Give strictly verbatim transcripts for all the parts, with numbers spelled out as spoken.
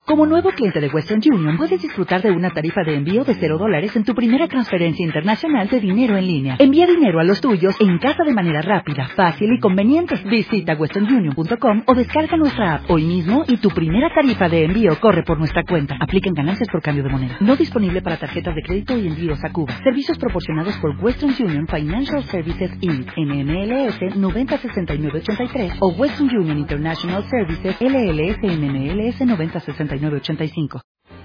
Como nuevo cliente de Western Union, puedes disfrutar de una tarifa de envío de cero dólares en tu primera transferencia internacional de dinero en línea. Envía dinero a los tuyos en casa de manera rápida, fácil y conveniente. Visita western union punto com o descarga nuestra app hoy mismo y tu primera tarifa de envío corre por nuestra cuenta. Apliquen ganancias por cambio de moneda. No disponible para tarjetas de crédito y envíos a Cuba. Servicios proporcionados por Western Union Financial Services incorporated. N M L S noventa sesenta y nueve ochenta y tres o Western Union International Services L L S N M L S noventa sesenta y nueve ochenta y cinco.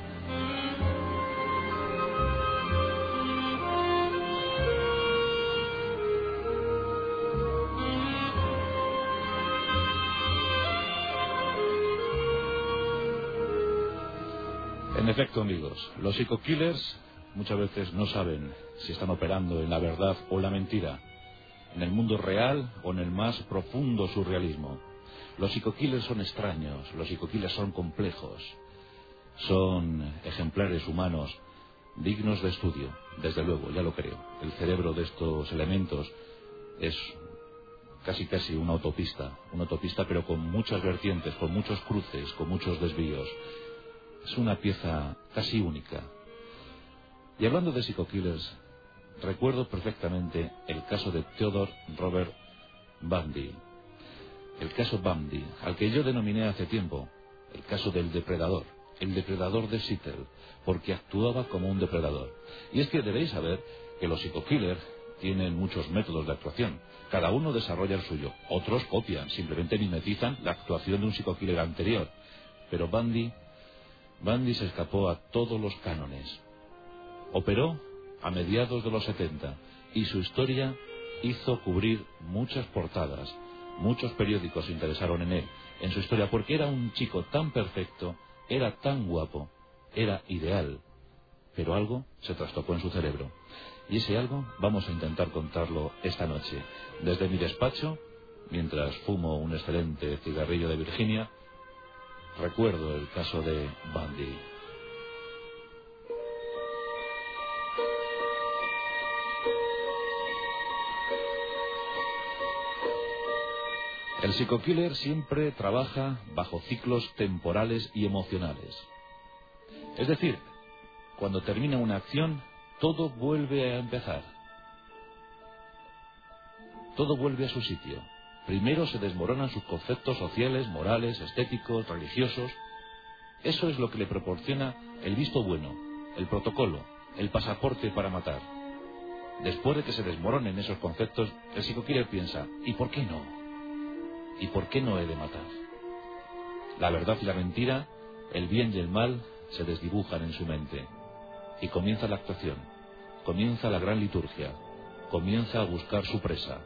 En efecto, amigos, los psico-killers muchas veces no saben si están operando en la verdad o la mentira, en el mundo real o en el más profundo surrealismo. Los psico-killers son extraños, los psico-killers son complejos, son ejemplares humanos dignos de estudio, desde luego, ya lo creo. El cerebro de estos elementos es casi casi una autopista, una autopista pero con muchas vertientes, con muchos cruces, con muchos desvíos. Es una pieza casi única. Y hablando de psico-killers, recuerdo perfectamente el caso de Theodore Robert Bundy. El caso Bundy, al que yo denominé hace tiempo el caso del depredador, el depredador de Seattle, porque actuaba como un depredador. Y es que debéis saber que los psico-killers tienen muchos métodos de actuación. Cada uno desarrolla el suyo. Otros copian, simplemente mimetizan la actuación de un psico-killer anterior. Pero Bundy, Bundy se escapó a todos los cánones. Operó a mediados de los setenta y su historia hizo cubrir muchas portadas. Muchos periódicos se interesaron en él, en su historia, porque era un chico tan perfecto, era tan guapo, era ideal. Pero algo se trastocó en su cerebro. Y ese algo vamos a intentar contarlo esta noche. Desde mi despacho, mientras fumo un excelente cigarrillo de Virginia, recuerdo el caso de Bundy. El psico-killer siempre trabaja bajo ciclos temporales y emocionales. Es decir, cuando termina una acción, todo vuelve a empezar. Todo vuelve a su sitio. Primero se desmoronan sus conceptos sociales, morales, estéticos, religiosos. Eso es lo que le proporciona el visto bueno, el protocolo, el pasaporte para matar. Después de que se desmoronen esos conceptos, el psico-killer piensa, ¿y por qué no? ¿Y por qué no he de matar? La verdad y la mentira, el bien y el mal, se desdibujan en su mente. Y comienza la actuación, comienza la gran liturgia, comienza a buscar su presa.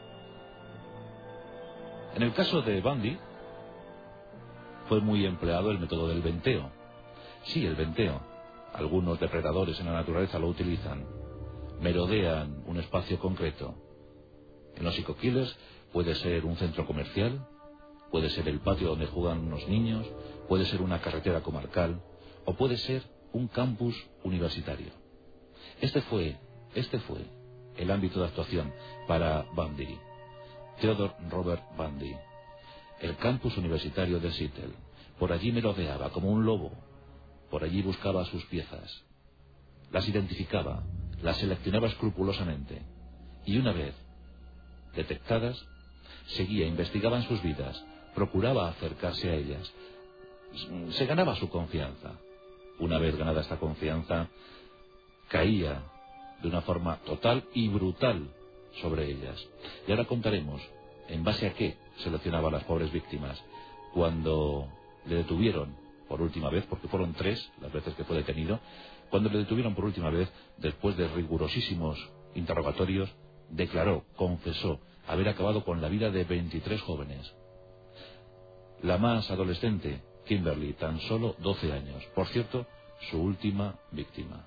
En el caso de Bundy, fue muy empleado el método del venteo. Sí, el venteo. Algunos depredadores en la naturaleza lo utilizan. Merodean un espacio concreto. En los psico-killers puede ser un centro comercial, puede ser el patio donde juegan unos niños, puede ser una carretera comarcal o puede ser un campus universitario. Este fue, este fue el ámbito de actuación para Bundy, Theodore Robert Bundy. El campus universitario de Seattle. Por allí merodeaba como un lobo, por allí buscaba sus piezas, las identificaba, las seleccionaba escrupulosamente y una vez detectadas, seguía, investigaba en sus vidas, procuraba acercarse a ellas, se ganaba su confianza. Una vez ganada esta confianza, caía de una forma total y brutal sobre ellas. Y ahora contaremos en base a qué seleccionaba a las pobres víctimas. Cuando le detuvieron por última vez, porque fueron tres las veces que fue detenido, cuando le detuvieron por última vez, después de rigurosísimos interrogatorios, declaró, confesó, haber acabado con la vida de veintitrés jóvenes. La más adolescente, Kimberly, tan solo doce años. Por cierto, su última víctima.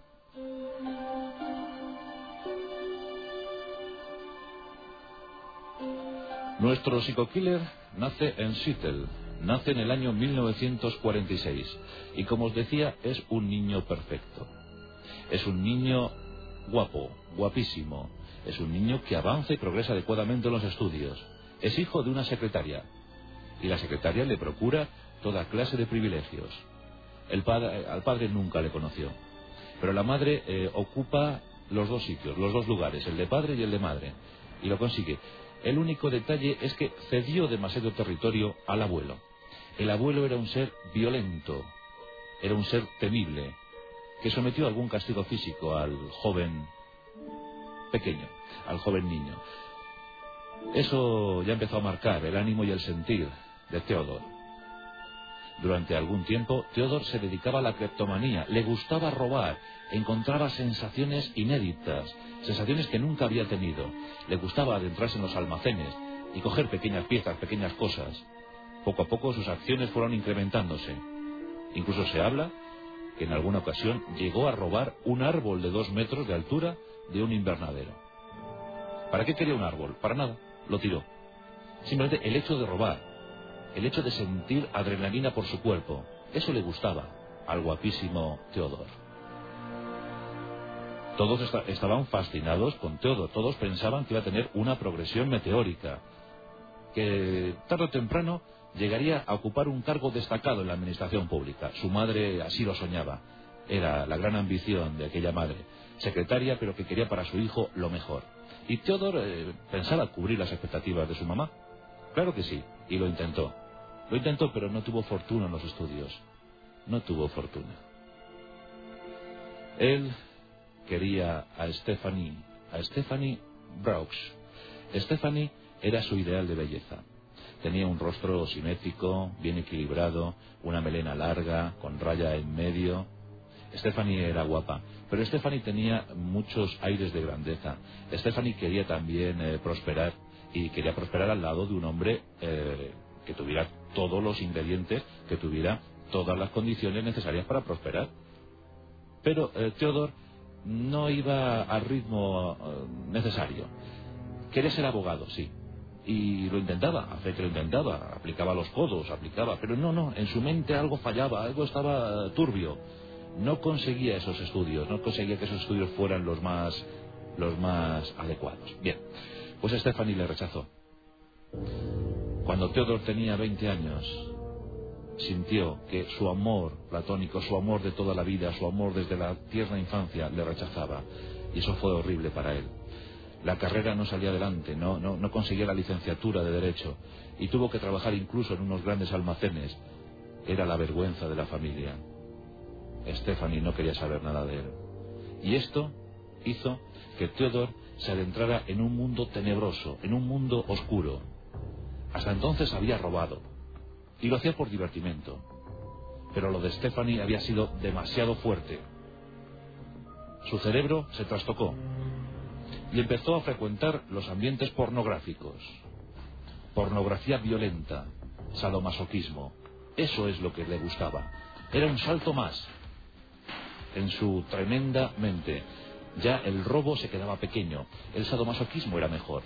Nuestro psico-killer nace en Seattle, nace en el año mil novecientos cuarenta y seis y, como os decía, es un niño perfecto. Es un niño guapo, guapísimo. Es un niño que avanza y progresa adecuadamente en los estudios. Es hijo de una secretaria y la secretaria le procura toda clase de privilegios. El padre, al padre nunca le conoció, pero la madre eh, ocupa los dos sitios, los dos lugares, el de padre y el de madre, y lo consigue. El único detalle es que cedió demasiado territorio al abuelo. El abuelo era un ser violento, era un ser temible, que sometió a algún castigo físico al joven pequeño, al joven niño. Eso ya empezó a marcar el ánimo y el sentir de Theodor. Durante algún tiempo, Theodor se dedicaba a la cleptomanía, le gustaba robar, encontraba sensaciones inéditas, sensaciones que nunca había tenido. Le gustaba adentrarse en los almacenes y coger pequeñas piezas, pequeñas cosas. Poco a poco sus acciones fueron incrementándose. Incluso se habla que en alguna ocasión llegó a robar un árbol de dos metros de altura de un invernadero. ¿Para qué quería un árbol? Para nada, lo tiró. Simplemente el hecho de robar, el hecho de sentir adrenalina por su cuerpo, eso le gustaba al guapísimo Theodor. Todos est estaban fascinados con Theodor, todos pensaban que iba a tener una progresión meteórica, que tarde o temprano llegaría a ocupar un cargo destacado en la administración pública. Su madre así lo soñaba, era la gran ambición de aquella madre, secretaria pero que quería para su hijo lo mejor. Y Theodor eh, pensaba cubrir las expectativas de su mamá. Claro que sí, y lo intentó. Lo intentó, pero no tuvo fortuna en los estudios. No tuvo fortuna. Él quería a Stephanie, a Stephanie Braux. Stephanie era su ideal de belleza. Tenía un rostro simétrico, bien equilibrado, una melena larga, con raya en medio. Stephanie era guapa, pero Stephanie tenía muchos aires de grandeza. Stephanie quería también eh, prosperar, y quería prosperar al lado de un hombre eh, que tuviera todos los ingredientes, que tuviera todas las condiciones necesarias para prosperar. Pero eh, Theodor no iba al ritmo eh, necesario. Quería ser abogado, sí, y lo intentaba, hace que lo intentaba, aplicaba los codos, aplicaba, pero no, no, en su mente algo fallaba, algo estaba turbio. No conseguía esos estudios, no conseguía que esos estudios fueran los más, los más adecuados. Bien, pues Stephanie le rechazó. Cuando Theodor tenía veinte años, sintió que su amor platónico, su amor de toda la vida, su amor desde la tierna infancia, le rechazaba. Y eso fue horrible para él. La carrera no salía adelante, no, no, no conseguía la licenciatura de Derecho, y tuvo que trabajar incluso en unos grandes almacenes. Era la vergüenza de la familia. Stephanie no quería saber nada de él. Y esto hizo que Theodor se adentrara en un mundo tenebroso, en un mundo oscuro. Hasta entonces había robado, y lo hacía por divertimento. Pero lo de Stephanie había sido demasiado fuerte. Su cerebro se trastocó y empezó a frecuentar los ambientes pornográficos. Pornografía violenta, sadomasoquismo. Eso es lo que le gustaba. Era un salto más en su tremenda mente. Ya el robo se quedaba pequeño, el sadomasoquismo era mejor.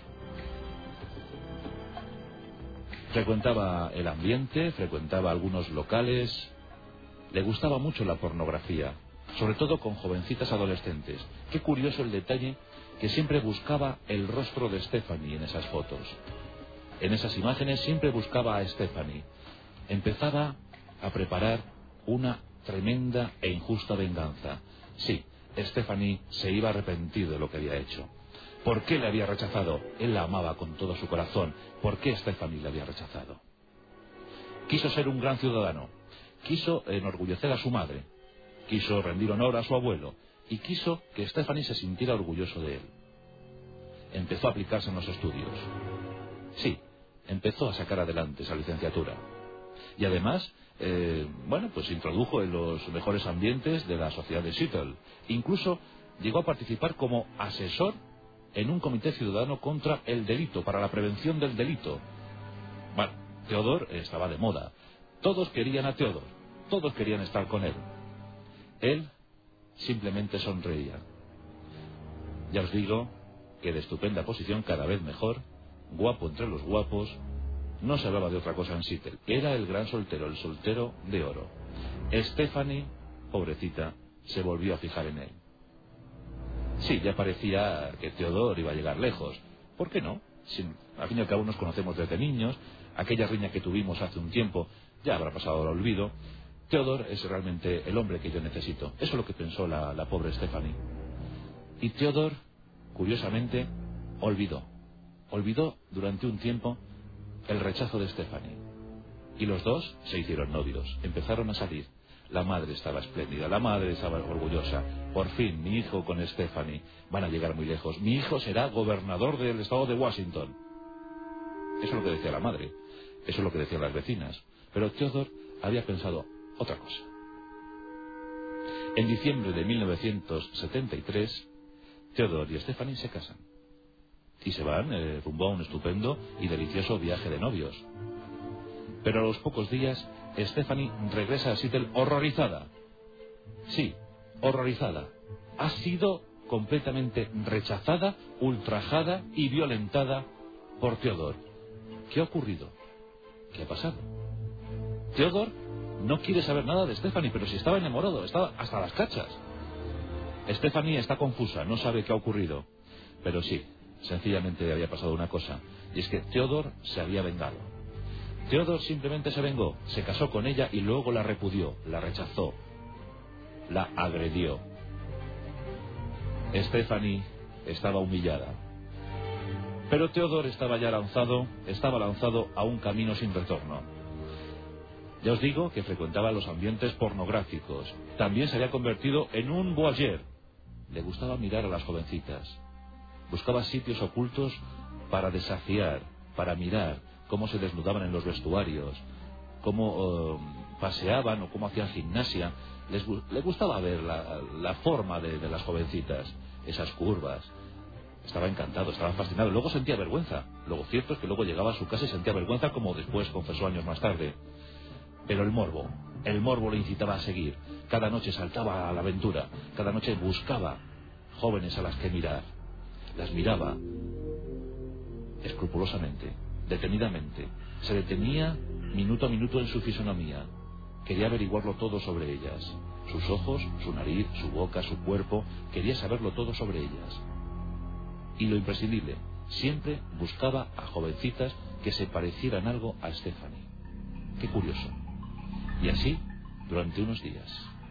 Frecuentaba el ambiente, frecuentaba algunos locales. Le gustaba mucho la pornografía, sobre todo con jovencitas adolescentes. Qué curioso el detalle que siempre buscaba el rostro de Stephanie en esas fotos. En esas imágenes siempre buscaba a Stephanie. Empezaba a preparar una tremenda e injusta venganza. Sí, Stephanie se iba a arrepentir de lo que había hecho. ¿Por qué le había rechazado? Él la amaba con todo su corazón. ¿Por qué Stephanie le había rechazado? Quiso ser un gran ciudadano. Quiso enorgullecer a su madre. Quiso rendir honor a su abuelo. Y quiso que Stephanie se sintiera orgulloso de él. Empezó a aplicarse en los estudios. Sí, empezó a sacar adelante esa licenciatura. Y además, eh, bueno, pues se introdujo en los mejores ambientes de la sociedad de Seattle. Incluso llegó a participar como asesor en un comité ciudadano contra el delito, para la prevención del delito. Bueno, Theodor estaba de moda. Todos querían a Theodor, todos querían estar con él. Él simplemente sonreía. Ya os digo que de estupenda posición, cada vez mejor, guapo entre los guapos. No se hablaba de otra cosa en Seattle. Era el gran soltero, el soltero de oro. Stephanie, pobrecita, se volvió a fijar en él. Sí, ya parecía que Theodor iba a llegar lejos. ¿Por qué no? Si, al fin y al cabo nos conocemos desde niños. Aquella riña que tuvimos hace un tiempo ya habrá pasado al olvido. Theodore es realmente el hombre que yo necesito. Eso es lo que pensó la, la pobre Stephanie. Y Theodore, curiosamente, olvidó. Olvidó durante un tiempo el rechazo de Stephanie. Y los dos se hicieron novios. Empezaron a salir. La madre estaba espléndida, la madre estaba orgullosa. Por fin, mi hijo con Stephanie van a llegar muy lejos. Mi hijo será gobernador del estado de Washington. Eso es lo que decía la madre. Eso es lo que decían las vecinas. Pero Theodore había pensado otra cosa. En diciembre de mil novecientos setenta y tres, Theodore y Stephanie se casan. Y se van eh, rumbo a un estupendo y delicioso viaje de novios. Pero a los pocos días, Stephanie regresa a Seattle horrorizada. Sí, horrorizada. Ha sido completamente rechazada, ultrajada y violentada por Theodore. ¿Qué ha ocurrido? ¿Qué ha pasado? Theodore no quiere saber nada de Stephanie, pero si estaba enamorado, estaba hasta las cachas. Stephanie está confusa, no sabe qué ha ocurrido. Pero sí, sencillamente había pasado una cosa, y es que Theodore se había vengado. Theodore simplemente se vengó, se casó con ella y luego la repudió, la rechazó, la agredió. Stephanie estaba humillada. Pero Theodore estaba ya lanzado, estaba lanzado a un camino sin retorno. Ya os digo que frecuentaba los ambientes pornográficos. También se había convertido en un voyeur. Le gustaba mirar a las jovencitas. Buscaba sitios ocultos para desafiar, para mirar cómo se desnudaban en los vestuarios, cómo uh, paseaban o cómo hacían gimnasia. Les, le gustaba ver la, la forma de, de las jovencitas, esas curvas. Estaba encantado, estaba fascinado. Luego sentía vergüenza. Lo cierto es que luego llegaba a su casa y sentía vergüenza, como después confesó años más tarde. Pero el morbo, el morbo le incitaba a seguir. Cada noche saltaba a la aventura. Cada noche buscaba jóvenes a las que mirar. Las miraba escrupulosamente, detenidamente. Se detenía minuto a minuto en su fisonomía. Quería averiguarlo todo sobre ellas. Sus ojos, su nariz, su boca, su cuerpo. Quería saberlo todo sobre ellas. Y lo imprescindible, siempre buscaba a jovencitas que se parecieran algo a Stephanie. Qué curioso. Y así, durante unos días.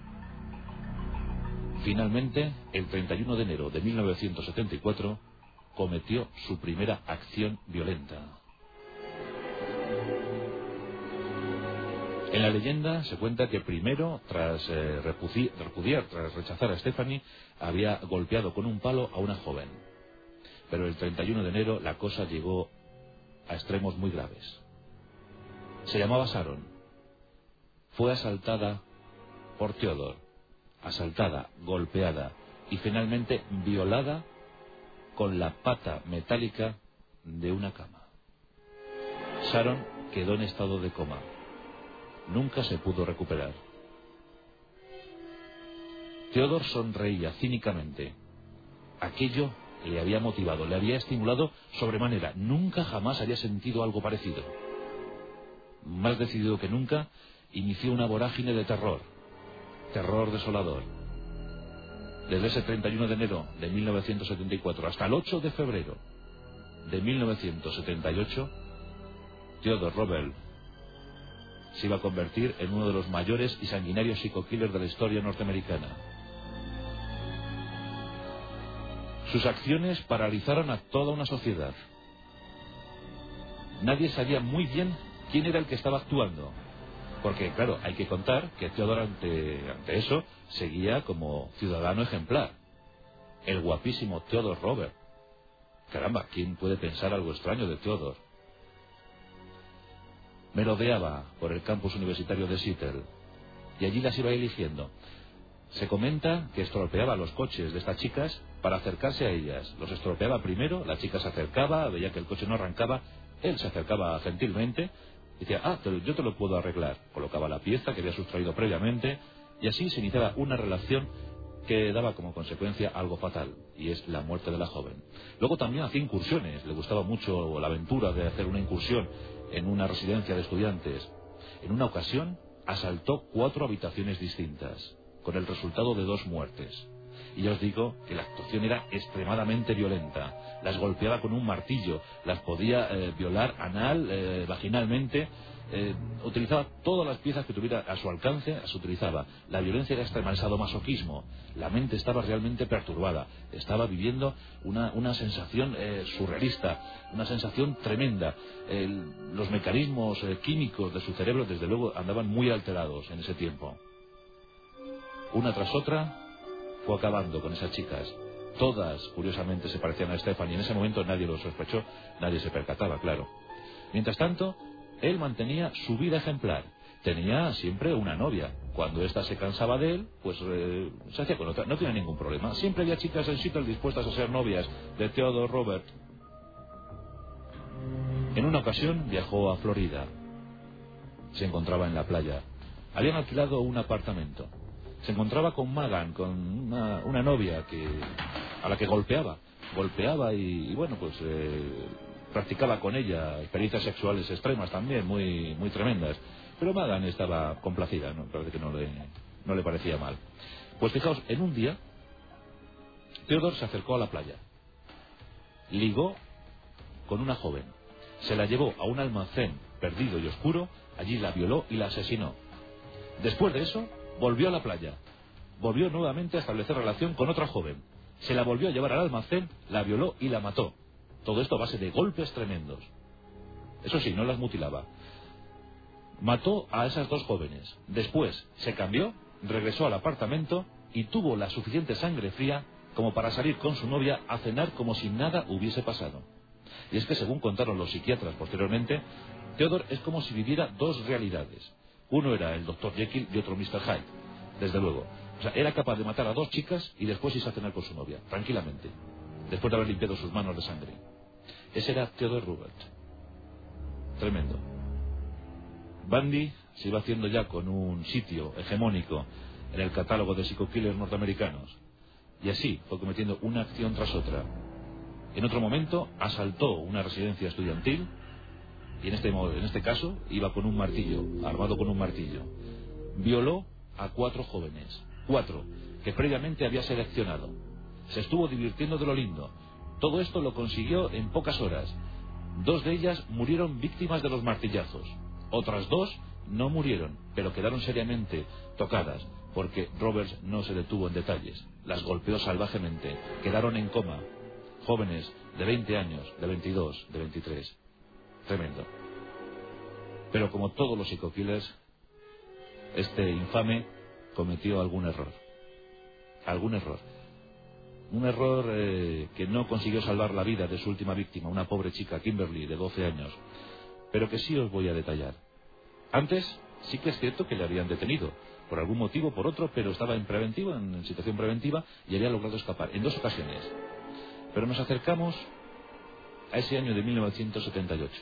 Finalmente, el treinta y uno de enero de mil novecientos setenta y cuatro, cometió su primera acción violenta. En la leyenda se cuenta que primero, tras eh, repudiar, repudiar, tras rechazar a Stephanie, había golpeado con un palo a una joven. Pero el treinta y uno de enero la cosa llegó a extremos muy graves. Se llamaba Sharon. Fue asaltada por Theodore, asaltada, golpeada y finalmente violada con la pata metálica de una cama. Sharon quedó en estado de coma. Nunca se pudo recuperar. Theodore sonreía cínicamente. Aquello le había motivado, le había estimulado sobremanera. Nunca jamás había sentido algo parecido. Más decidido que nunca, inició una vorágine de terror, terror desolador. Desde ese treinta y uno de enero de mil novecientos setenta y cuatro hasta el ocho de febrero de mil novecientos setenta y ocho, Theodore Roosevelt se iba a convertir en uno de los mayores y sanguinarios psico-killers de la historia norteamericana. Sus acciones paralizaron a toda una sociedad. Nadie sabía muy bien quién era el que estaba actuando. Porque, claro, hay que contar que Theodore ante, ante eso seguía como ciudadano ejemplar. El guapísimo Theodore Roosevelt. Caramba, ¿quién puede pensar algo extraño de Theodore? Merodeaba por el campus universitario de Seattle y allí las iba eligiendo. Se comenta que estropeaba los coches de estas chicas para acercarse a ellas. Los estropeaba primero, la chica se acercaba, veía que el coche no arrancaba, él se acercaba gentilmente. Decía, ah, te, yo te lo puedo arreglar. Colocaba la pieza que había sustraído previamente y así se iniciaba una relación que daba como consecuencia algo fatal, y es la muerte de la joven. Luego también hacía incursiones, le gustaba mucho la aventura de hacer una incursión en una residencia de estudiantes. En una ocasión asaltó cuatro habitaciones distintas, con el resultado de dos muertes. Y ya os digo que la actuación era extremadamente violenta. Las golpeaba con un martillo, las podía eh, violar anal, eh, vaginalmente, Eh, utilizaba todas las piezas que tuviera a su alcance, las utilizaba. La violencia era extrema, el sadomasoquismo. La mente estaba realmente perturbada. Estaba viviendo una, una sensación eh, surrealista, una sensación tremenda. El, los mecanismos eh, químicos de su cerebro, desde luego, andaban muy alterados en ese tiempo. Una tras otra fue acabando con esas chicas. Todas, curiosamente, se parecían a Stephanie. En ese momento nadie lo sospechó, nadie se percataba, claro. Mientras tanto, él mantenía su vida ejemplar. Tenía siempre una novia. Cuando ésta se cansaba de él, pues eh, se hacía con otra. No tenía ningún problema. Siempre había chicas en Seattle dispuestas a ser novias de Theodore Robert. En una ocasión viajó a Florida. Se encontraba en la playa. Habían alquilado un apartamento. Se encontraba con Magan, con una, una novia que a la que golpeaba. Golpeaba y, y bueno, pues... Eh, practicaba con ella experiencias sexuales extremas también, muy muy tremendas. Pero Magan estaba complacida, ¿no? Parece que no le, no le parecía mal. Pues fijaos, en un día, Theodore se acercó a la playa. Ligó con una joven. Se la llevó a un almacén perdido y oscuro, allí la violó y la asesinó. Después de eso, volvió a la playa. Volvió nuevamente a establecer relación con otra joven. Se la volvió a llevar al almacén, la violó y la mató. Todo esto a base de golpes tremendos. Eso sí, no las mutilaba. Mató a esas dos jóvenes. Después se cambió, regresó al apartamento y tuvo la suficiente sangre fría como para salir con su novia a cenar como si nada hubiese pasado. Y es que, según contaron los psiquiatras posteriormente, Theodore es como si viviera dos realidades. Uno era el doctor Jekyll y otro mister Hyde. Desde luego. O sea, era capaz de matar a dos chicas y después irse a cenar con su novia, tranquilamente, después de haber limpiado sus manos de sangre. Ese era Theodore Robert. Tremendo. Bundy se iba haciendo ya con un sitio hegemónico en el catálogo de psico-killers norteamericanos. Y así fue cometiendo una acción tras otra. En otro momento asaltó una residencia estudiantil y en este, en este caso iba con un martillo, armado con un martillo. Violó a cuatro jóvenes. Cuatro que previamente había seleccionado. Se estuvo divirtiendo de lo lindo. Todo esto lo consiguió en pocas horas. Dos de ellas murieron víctimas de los martillazos. Otras dos no murieron, pero quedaron seriamente tocadas, porque Roberts no se detuvo en detalles. Las golpeó salvajemente. Quedaron en coma. Jóvenes de veinte años, de veintidós, de veintitrés. Tremendo. Pero como todos los psico-killers, este infame cometió algún error. Algún error. Un error eh, que no consiguió salvar la vida de su última víctima, una pobre chica, Kimberly, de doce años, pero que sí os voy a detallar. Antes sí que es cierto que le habían detenido, por algún motivo o por otro, pero estaba en preventiva, en situación preventiva, y había logrado escapar, en dos ocasiones. Pero nos acercamos a ese año de mil novecientos setenta y ocho.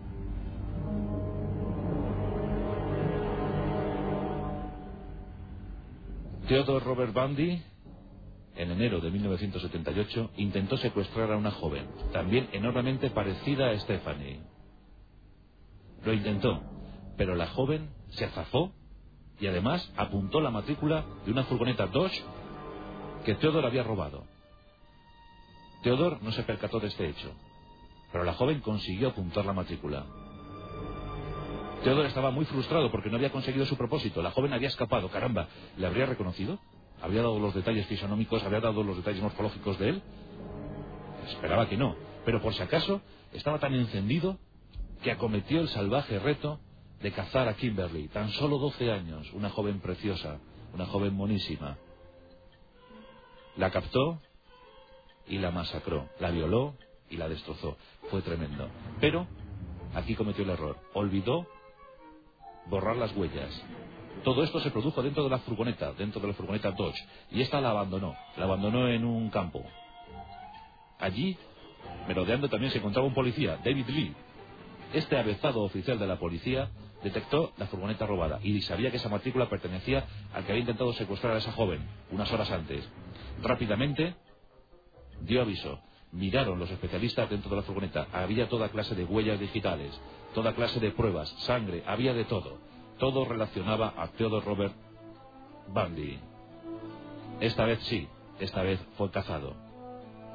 Theodore Robert Bundy, en enero de mil novecientos setenta y ocho, intentó secuestrar a una joven, también enormemente parecida a Stephanie. Lo intentó, pero la joven se zafó y además apuntó la matrícula de una furgoneta Dodge que Theodore había robado. Theodore no se percató de este hecho, pero la joven consiguió apuntar la matrícula. Theodore estaba muy frustrado porque no había conseguido su propósito. La joven había escapado. Caramba, ¿le habría reconocido? ¿Habría dado los detalles fisonómicos? ¿Habría dado los detalles morfológicos de él? Esperaba que no, pero por si acaso estaba tan encendido que acometió el salvaje reto de cazar a Kimberly, tan solo doce años, una joven preciosa, una joven monísima. La captó y la masacró, la violó y la destrozó. Fue tremendo. Pero aquí cometió el error. Olvidó borrar las huellas. Todo esto se produjo dentro de la furgoneta, dentro de la furgoneta Dodge, y esta la abandonó, la abandonó en un campo. Allí, merodeando, también se encontraba un policía, David Lee. Este avezado oficial de la policía detectó la furgoneta robada y sabía que esa matrícula pertenecía al que había intentado secuestrar a esa joven unas horas antes. Rápidamente dio aviso. Miraron los especialistas dentro de la furgoneta. Había toda clase de huellas digitales, toda clase de pruebas, sangre, había de todo. Todo relacionaba a Theodore Robert Bundy. Esta vez sí, esta vez fue cazado.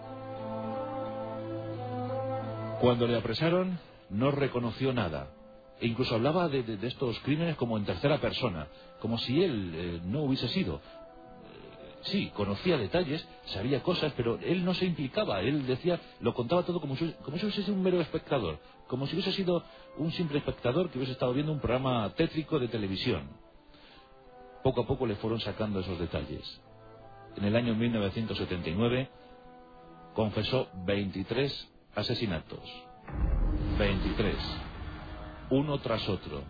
Cuando le apresaron, no reconoció nada. E incluso hablaba de, de, de estos crímenes como en tercera persona, como si él eh, no hubiese sido. Eh, sí, conocía detalles, sabía cosas, pero él no se implicaba. Él decía, lo contaba todo como si, como si hubiese sido un mero espectador, como si hubiese sido un simple espectador que hubiese estado viendo un programa tétrico de televisión. Poco a poco le fueron sacando esos detalles. En el año mil novecientos setenta y nueve confesó veintitrés asesinatos. veintitrés. Uno tras otro,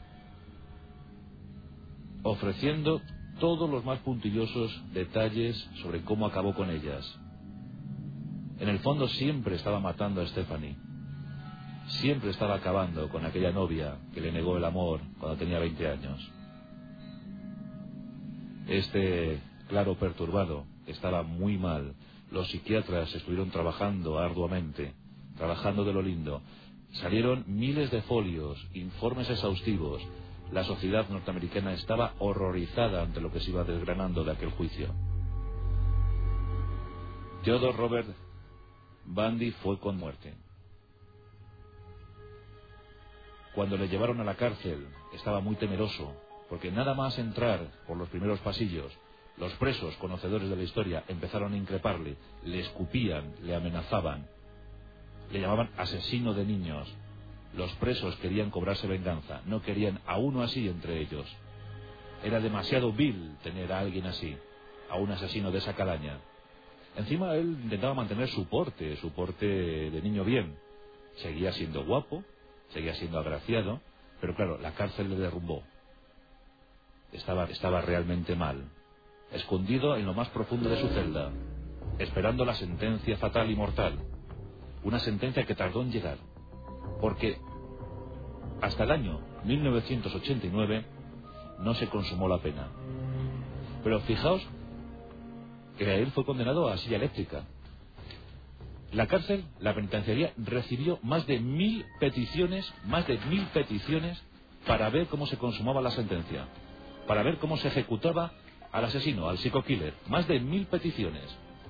ofreciendo todos los más puntillosos detalles sobre cómo acabó con ellas. En el fondo siempre estaba matando a Stephanie, siempre estaba acabando con aquella novia que le negó el amor cuando tenía veinte años. Este claro perturbado estaba muy mal. Los psiquiatras estuvieron trabajando arduamente, trabajando de lo lindo. Salieron miles de folios, informes exhaustivos. La sociedad norteamericana estaba horrorizada ante lo que se iba desgranando de aquel juicio. Theodore Robert Bundy fue con muerte. Cuando le llevaron a la cárcel, estaba muy temeroso, porque nada más entrar por los primeros pasillos, los presos, conocedores de la historia, empezaron a increparle, le escupían, le amenazaban. Le llamaban asesino de niños. Los presos querían cobrarse venganza, no querían a uno así entre ellos. Era demasiado vil tener a alguien así, a un asesino de esa calaña. Encima él intentaba mantener su porte, su porte de niño bien. Seguía siendo guapo, seguía siendo agraciado, pero claro, la cárcel le derrumbó. Estaba, estaba realmente mal, escondido en lo más profundo de su celda, esperando la sentencia fatal y mortal. Una sentencia que tardó en llegar, porque hasta el año mil novecientos ochenta y nueve no se consumó la pena. Pero fijaos que él fue condenado a silla eléctrica. La cárcel, la penitenciaría, recibió más de mil peticiones, más de mil peticiones para ver cómo se consumaba la sentencia, para ver cómo se ejecutaba al asesino, al psico-killer. Más de mil peticiones.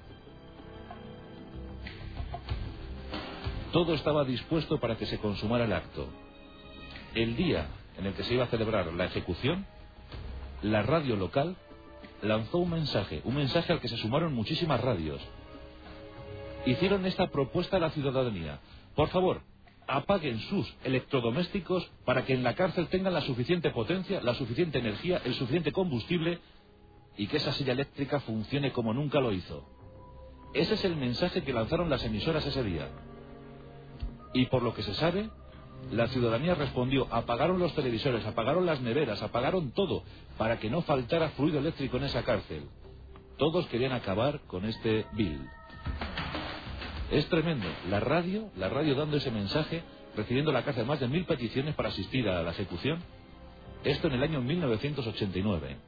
Todo estaba dispuesto para que se consumara el acto. El día en el que se iba a celebrar la ejecución, la radio local lanzó un mensaje, un mensaje al que se sumaron muchísimas radios. Hicieron esta propuesta a la ciudadanía: por favor, apaguen sus electrodomésticos para que en la cárcel tengan la suficiente potencia, la suficiente energía, el suficiente combustible, y que esa silla eléctrica funcione como nunca lo hizo. Ese es el mensaje que lanzaron las emisoras ese día. Y por lo que se sabe, la ciudadanía respondió, apagaron los televisores, apagaron las neveras, apagaron todo, para que no faltara fluido eléctrico en esa cárcel. Todos querían acabar con este Bill. Es tremendo. La radio, la radio dando ese mensaje, recibiendo la cárcel más de mil peticiones para asistir a la ejecución. Esto en el año mil novecientos ochenta y nueve.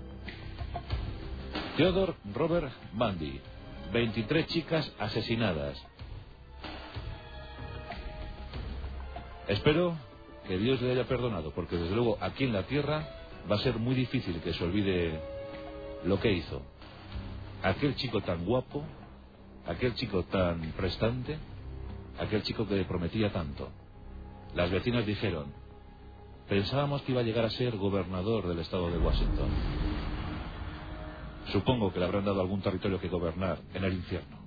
Theodore Robert Bundy, veintitrés chicas asesinadas. Espero que Dios le haya perdonado, porque desde luego aquí en la tierra va a ser muy difícil que se olvide lo que hizo. Aquel chico tan guapo, aquel chico tan prestante, aquel chico que le prometía tanto. Las vecinas dijeron, pensábamos que iba a llegar a ser gobernador del estado de Washington. Supongo que le habrán dado algún territorio que gobernar en el infierno.